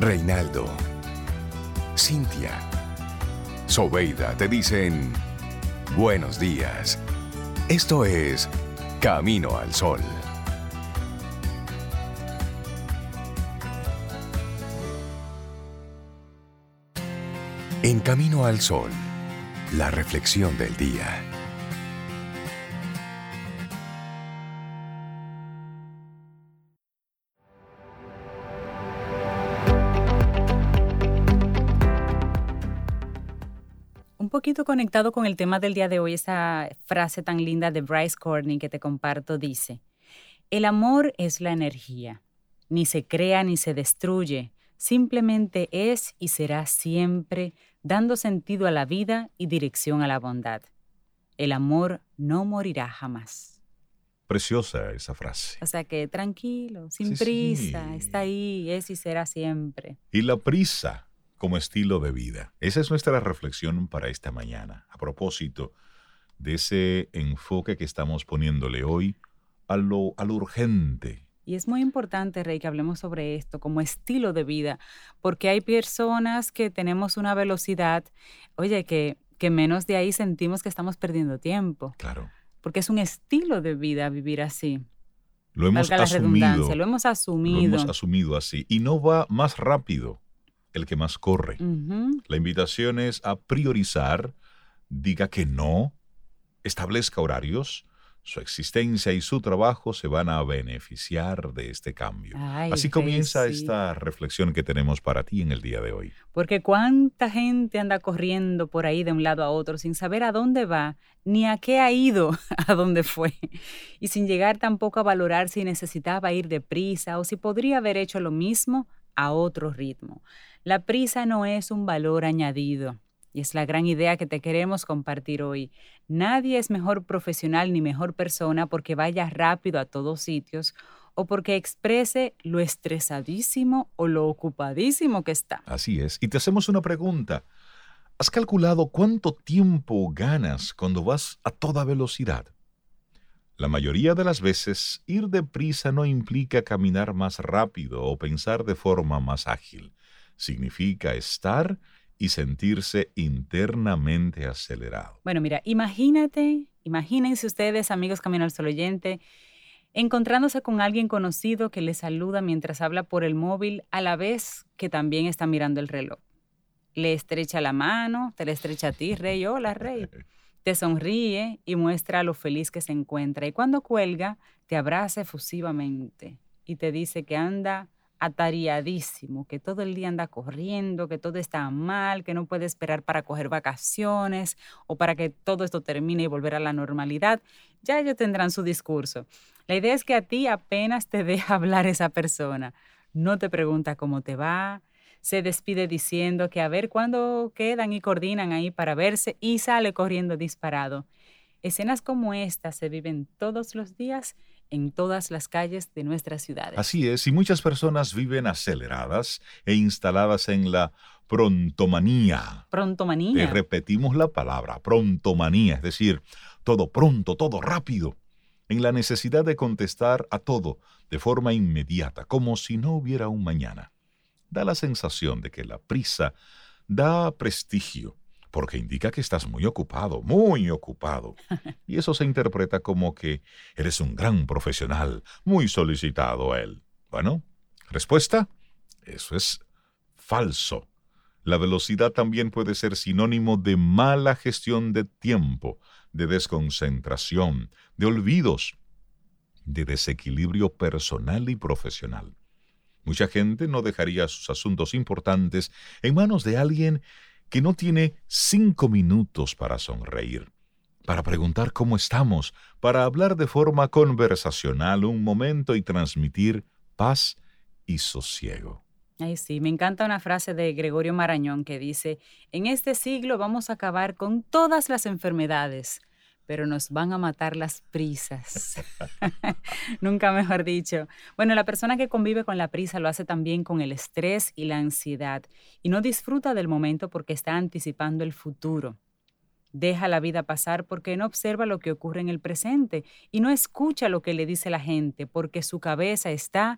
Reinaldo, Cintia, Sobeida te dicen buenos días. Esto es Camino al Sol. En Camino al Sol, la reflexión del día. Un poquito conectado con el tema del día de hoy, esa frase tan linda de Bryce Courtney que te comparto dice: el amor es la energía, ni se crea ni se destruye, simplemente es y será siempre, dando sentido a la vida y dirección a la bondad. El amor no morirá jamás. Preciosa esa frase. O sea que tranquilo, sin Sí, prisa, sí. está ahí, es y será siempre. Y la prisa como estilo de vida. Esa es nuestra reflexión para esta mañana. A propósito de ese enfoque que estamos poniéndole hoy a lo urgente. Y es muy importante, Rey, que hablemos sobre esto como estilo de vida, porque hay personas que tenemos una velocidad, oye, que menos de ahí sentimos que estamos perdiendo tiempo, Claro. porque es un estilo de vida vivir así. Lo hemos Valga la redundancia, asumido. lo hemos Lo asumido. hemos asumido así. Y no va más rápido el que más corre. Ujú. La invitación es a priorizar, diga que no, establezca horarios. Su existencia y su trabajo se van a beneficiar de este cambio. Ay, Así Rey, comienza sí. esta reflexión que tenemos para ti en el día de hoy. Porque cuánta gente anda corriendo por ahí de un lado a otro sin saber a dónde va, ni a qué ha ido, a dónde fue, y sin llegar tampoco a valorar si necesitaba ir deprisa o si podría haber hecho lo mismo a otro ritmo. La prisa no es un valor añadido, y es la gran idea que te queremos compartir hoy. Nadie es mejor profesional ni mejor persona porque vaya rápido a todos sitios o porque exprese lo estresadísimo o lo ocupadísimo que está. Así es. Y te hacemos una pregunta. ¿Has calculado cuánto tiempo ganas cuando vas a toda velocidad? La mayoría de las veces, ir deprisa no implica caminar más rápido o pensar de forma más ágil. Significa estar y sentirse internamente acelerado. Bueno, mira, imagínense ustedes, amigos Camino al Sol oyente, encontrándose con alguien conocido que les saluda mientras habla por el móvil a la vez que también está mirando el reloj. Le estrecha la mano, te la estrecha a ti, Rey, hola, Rey. Te sonríe y muestra lo feliz que se encuentra. Y cuando cuelga, te abraza efusivamente y te dice que anda atareadísimo, que todo el día anda corriendo, que todo está mal, que no puede esperar para coger vacaciones o para que todo esto termine y volver a la normalidad. Ya ellos tendrán su discurso. La idea es que a ti apenas te deja hablar esa persona. No te pregunta cómo te va, se despide diciendo que a ver cuándo quedan y coordinan ahí para verse y sale corriendo disparado. Escenas como esta se viven todos los días en todas las calles de nuestras ciudades. Así es, y muchas personas viven aceleradas e instaladas en la prontomanía. Prontomanía. Repetimos la palabra, prontomanía, es decir, todo pronto, todo rápido, en la necesidad de contestar a todo de forma inmediata, como si no hubiera un mañana. Da la sensación de que la prisa da prestigio, porque indica que estás muy ocupado, y eso se interpreta como que eres un gran profesional, muy solicitado él. Bueno, respuesta, eso es falso. La velocidad también puede ser sinónimo de mala gestión de tiempo, de desconcentración, de olvidos, de desequilibrio personal y profesional. Mucha gente no dejaría sus asuntos importantes en manos de alguien que no tiene 5 minutos para sonreír, para preguntar cómo estamos, para hablar de forma conversacional un momento y transmitir paz y sosiego. Ay, sí, me encanta una frase de Gregorio Marañón que dice: en este siglo vamos a acabar con todas las enfermedades, pero nos van a matar las prisas. Nunca mejor dicho. Bueno, la persona que convive con la prisa lo hace también con el estrés y la ansiedad y no disfruta del momento porque está anticipando el futuro. Deja la vida pasar porque no observa lo que ocurre en el presente y no escucha lo que le dice la gente porque su cabeza está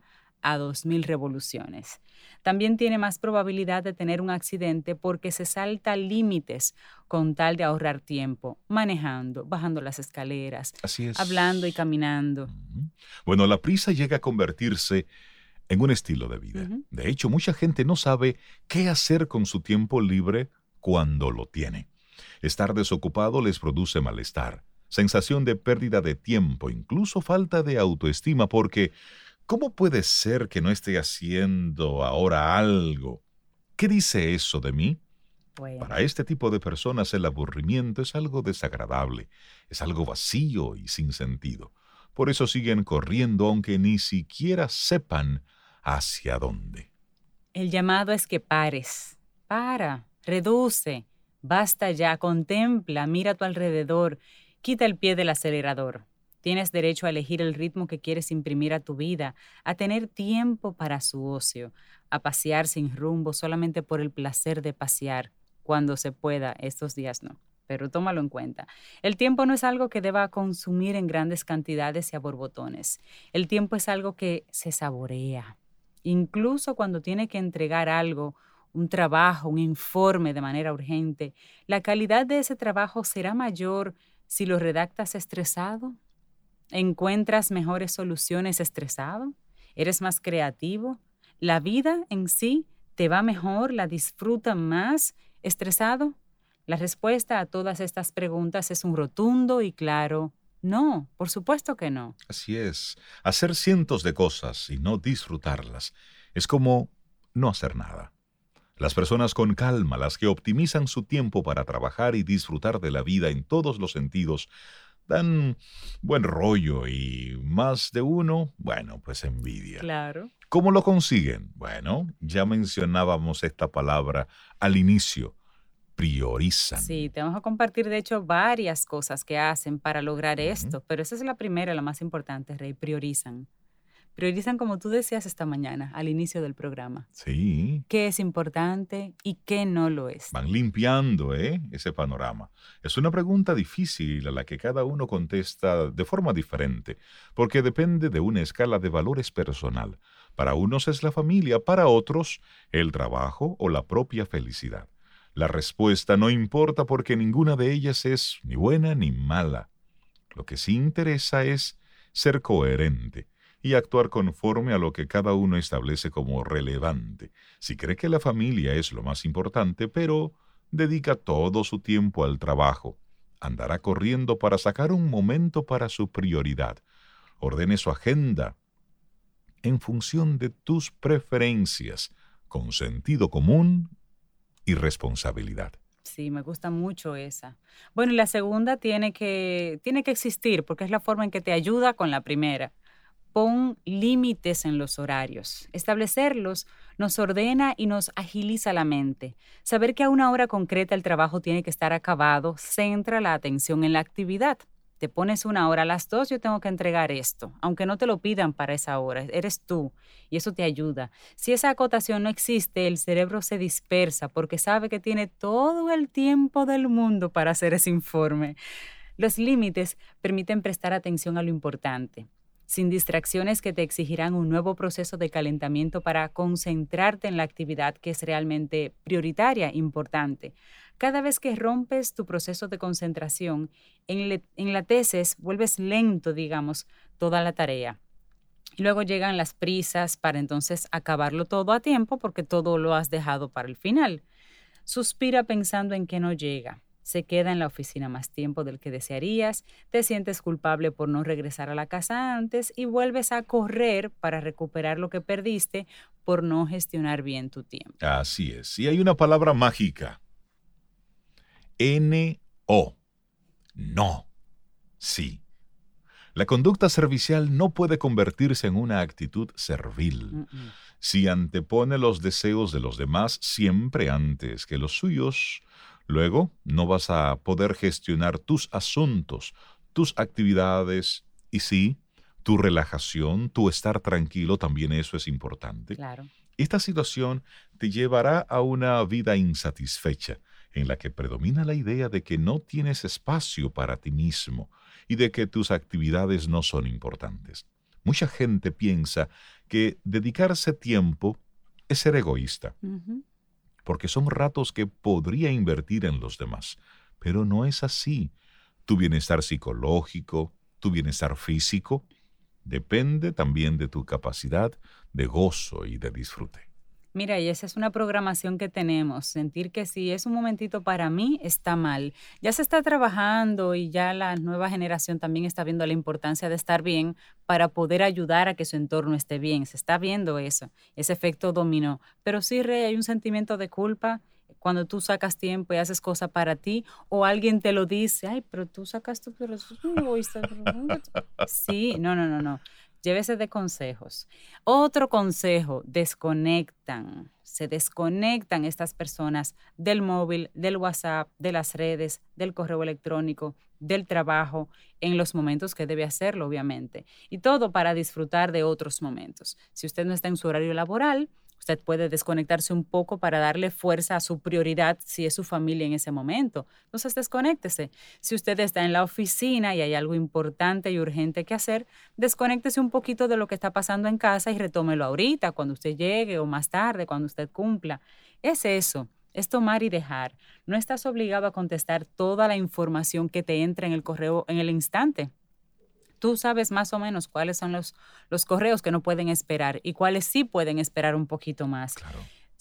a 2000 revoluciones. También tiene más probabilidad de tener un accidente porque se salta límites con tal de ahorrar tiempo, manejando, bajando las escaleras, Así es. hablando y caminando. Ujú. Bueno, la prisa llega a convertirse en un estilo de vida. Ujú. De hecho, mucha gente no sabe qué hacer con su tiempo libre cuando lo tiene. Estar desocupado les produce malestar, sensación de pérdida de tiempo, incluso falta de autoestima, porque ¿cómo puede ser que no esté haciendo ahora algo? ¿Qué dice eso de mí? Bueno, Para este tipo de personas el aburrimiento es algo desagradable, es algo vacío y sin sentido. Por eso siguen corriendo aunque ni siquiera sepan hacia dónde. el llamado es que pares. Para, reduce, basta ya, contempla, mira a tu alrededor, quita el pie del acelerador. Tienes derecho a elegir el ritmo que quieres imprimir a tu vida, a tener tiempo para su ocio, a pasear sin rumbo solamente por el placer de pasear, cuando se pueda, estos días no. Pero tómalo en cuenta. El tiempo no es algo que deba consumir en grandes cantidades y a borbotones. El tiempo es algo que se saborea. Incluso cuando tiene que entregar algo, un trabajo, un informe de manera urgente, la calidad de ese trabajo será mayor si lo redactas estresado. ¿Encuentras mejores soluciones estresado? ¿Eres más creativo? ¿La vida en sí te va mejor? ¿La disfrutas más estresado? La respuesta a todas estas preguntas es un rotundo y claro no, por supuesto que no. Así es, hacer cientos de cosas y no disfrutarlas es como no hacer nada. Las personas con calma, las que optimizan su tiempo para trabajar y disfrutar de la vida en todos los sentidos, dan buen rollo y más de uno, bueno, pues envidia. Claro. ¿Cómo lo consiguen? Bueno, ya mencionábamos esta palabra al inicio, priorizan. Sí, te vamos a compartir de hecho varias cosas que hacen para lograr Ujú. esto, pero esa es la primera, la más importante, Rey, priorizan. Priorizan como tú decías esta mañana, al inicio del programa. Sí, ¿Qué es importante y qué no lo es? van limpiando, ese panorama. Es una pregunta difícil a la que cada uno contesta de forma diferente, porque depende de una escala de valores personal. Para unos es la familia, para otros el trabajo o la propia felicidad. La respuesta no importa porque ninguna de ellas es ni buena ni mala. Lo que sí interesa es ser coherente y actuar conforme a lo que cada uno establece como relevante. Si cree que la familia es lo más importante, pero dedica todo su tiempo al trabajo, andará corriendo para sacar un momento para su prioridad. Ordene su agenda en función de tus preferencias, con sentido común y responsabilidad. Sí, me gusta mucho esa. Bueno, y la segunda tiene que existir porque es la forma en que te ayuda con la primera. Pon límites en los horarios. Establecerlos nos ordena y nos agiliza la mente. Saber que a una hora concreta el trabajo tiene que estar acabado centra la atención en la actividad. Te pones una hora, a las 2 yo tengo que entregar esto, aunque no te lo pidan para esa hora, eres tú y eso te ayuda. Si esa acotación no existe, el cerebro se dispersa porque sabe que tiene todo el tiempo del mundo para hacer ese informe. Los límites permiten prestar atención a lo importante, sin distracciones que te exigirán un nuevo proceso de calentamiento para concentrarte en la actividad que es realmente prioritaria, importante. Cada vez que rompes tu proceso de concentración, enlateces, vuelves lento, digamos, toda la tarea. Y luego llegan las prisas para entonces acabarlo todo a tiempo porque todo lo has dejado para el final. Suspira pensando en que no llega. Se queda en la oficina más tiempo del que desearías, te sientes culpable por no regresar a la casa antes y vuelves a correr para recuperar lo que perdiste por no gestionar bien tu tiempo. Así es. Y hay una palabra mágica. N-O. No. Sí. La conducta servicial no puede convertirse en una actitud servil. Mm-mm. Si antepone los deseos de los demás siempre antes que los suyos, luego no vas a poder gestionar tus asuntos, tus actividades y sí, tu relajación, tu estar tranquilo, también eso es importante. Claro. Esta situación te llevará a una vida insatisfecha, en la que predomina la idea de que no tienes espacio para ti mismo y de que tus actividades no son importantes. Mucha gente piensa que dedicarse tiempo es ser egoísta, porque son ratos que podría invertir en los demás, pero no es así. Tu bienestar psicológico, tu bienestar físico, depende también de tu capacidad de gozo y de disfrute. Mira, y esa es una programación que tenemos, sentir que si es un momentito para mí, está mal. Ya se está trabajando y ya la nueva generación también está viendo la importancia de estar bien para poder ayudar a que su entorno esté bien. Se está viendo eso, ese efecto dominó. Pero sí, Rey, hay un sentimiento de culpa cuando tú sacas tiempo y haces cosas para ti o alguien te lo dice, ay, pero tú sacas tú, pero eso es un egoísta. Sí, no. Llévese de consejos. Otro consejo, se desconectan estas personas del móvil, del WhatsApp, de las redes, del correo electrónico, del trabajo, en los momentos que debe hacerlo, obviamente. Y todo para disfrutar de otros momentos. Si usted no está en su horario laboral, usted puede desconectarse un poco para darle fuerza a su prioridad si es su familia en ese momento. Entonces, desconéctese. Si usted está en la oficina y hay algo importante y urgente que hacer, desconéctese un poquito de lo que está pasando en casa y retómelo ahorita, cuando usted llegue o más tarde, cuando usted cumpla. Es eso, es tomar y dejar. No estás obligado a contestar toda la información que te entra en el correo en el instante. Tú sabes más o menos cuáles son los correos que no pueden esperar y cuáles sí pueden esperar un poquito más. Claro.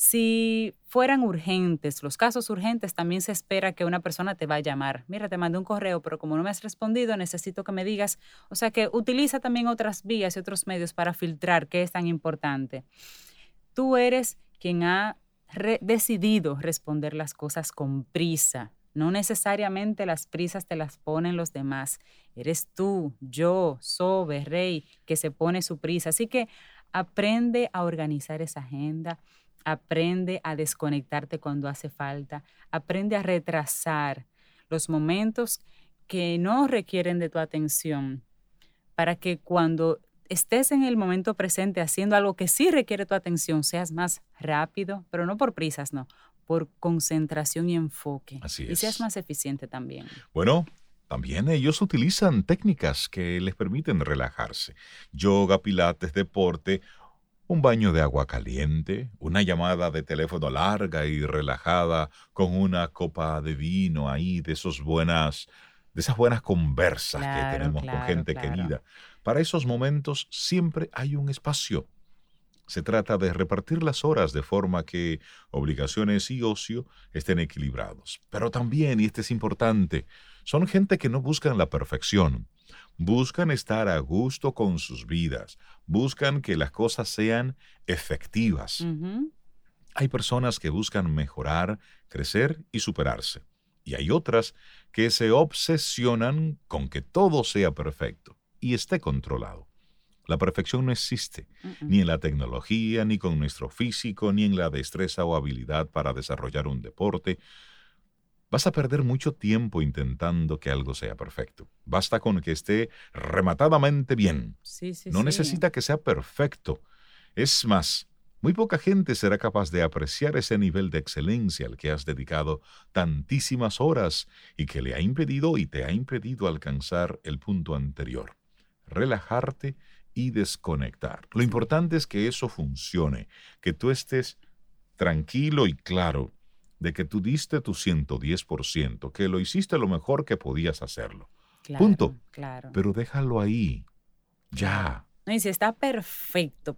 Si fueran urgentes, los casos urgentes, también se espera que una persona te va a llamar. Mira, te mandé un correo, pero como no me has respondido, necesito que me digas. O sea que utiliza también otras vías y otros medios para filtrar qué es tan importante. Tú eres quien ha decidido responder las cosas con prisa. No necesariamente las prisas te las ponen los demás. Eres tú, yo, Sobe, Rey, que se pone su prisa. Así que aprende a organizar esa agenda, aprende a desconectarte cuando hace falta, aprende a retrasar los momentos que no requieren de tu atención para que cuando estés en el momento presente haciendo algo que sí requiere tu atención, seas más rápido, pero no por prisas, no, por concentración y enfoque. Así es. Y seas más eficiente también. Bueno, también ellos utilizan técnicas que les permiten relajarse. Yoga, pilates, deporte, un baño de agua caliente, una llamada de teléfono larga y relajada con una copa de vino ahí, de esas buenas conversas que tenemos con gente querida. Para esos momentos siempre hay un espacio. Se trata de repartir las horas de forma que obligaciones y ocio estén equilibrados. Pero también, y este es importante, son gente que no buscan la perfección. Buscan estar a gusto con sus vidas. Buscan que las cosas sean efectivas. Hay personas que buscan mejorar, crecer y superarse. Y hay otras que se obsesionan con que todo sea perfecto y esté controlado. La perfección no existe, ni en la tecnología, ni con nuestro físico, ni en la destreza o habilidad para desarrollar un deporte. Vas a perder mucho tiempo intentando que algo sea perfecto. Basta con que esté rematadamente bien. No necesita que sea perfecto. Es más, muy poca gente será capaz de apreciar ese nivel de excelencia al que has dedicado tantísimas horas y que le ha impedido y te ha impedido alcanzar el punto anterior. Relajarte y desconectar. Lo importante es que eso funcione, que tú estés tranquilo y claro de que tú diste tu 110%, que lo hiciste lo mejor que podías hacerlo. Claro, punto. Claro. Pero déjalo ahí. Ya. No, y si está perfecto,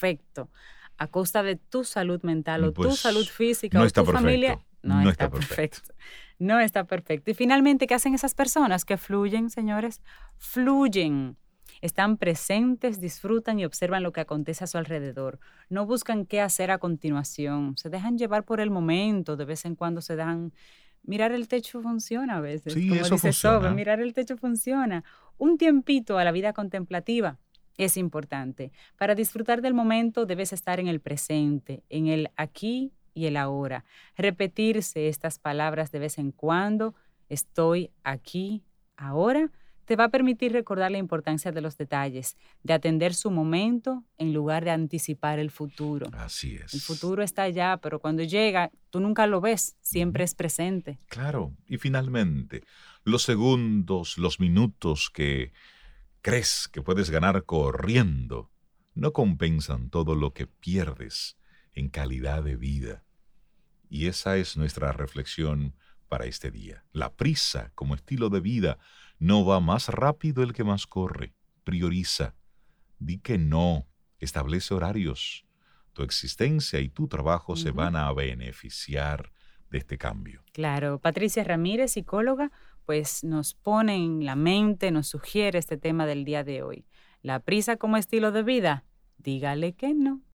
a costa de tu salud mental o tu salud física o tu familia, no está perfecto. No está perfecto. Y finalmente, ¿qué hacen esas personas que fluyen, señores? Fluyen. Están presentes, disfrutan y observan lo que acontece a su alrededor. No buscan qué hacer a continuación. Se dejan llevar por el momento. De vez en cuando se dejan... Mirar el techo funciona a veces. Sí, como eso dice funciona. Sobe, mirar el techo funciona. Un tiempito a la vida contemplativa es importante. Para disfrutar del momento debes estar en el presente, en el aquí y el ahora. Repetirse estas palabras de vez en cuando. Estoy aquí, ahora. Te va a permitir recordar la importancia de los detalles, de atender su momento en lugar de anticipar el futuro. Así es. El futuro está allá, pero cuando llega, tú nunca lo ves, siempre es presente. Claro. Y finalmente, los segundos, los minutos que crees que puedes ganar corriendo no compensan todo lo que pierdes en calidad de vida. Y esa es nuestra reflexión para este día. La prisa como estilo de vida no va más rápido el que más corre. Prioriza. Di que no. Establece horarios. Tu existencia y tu trabajo se van a beneficiar de este cambio. Claro, Patricia Ramírez, psicóloga, pues nos pone en la mente, nos sugiere este tema del día de hoy. La prisa como estilo de vida, dígale que no.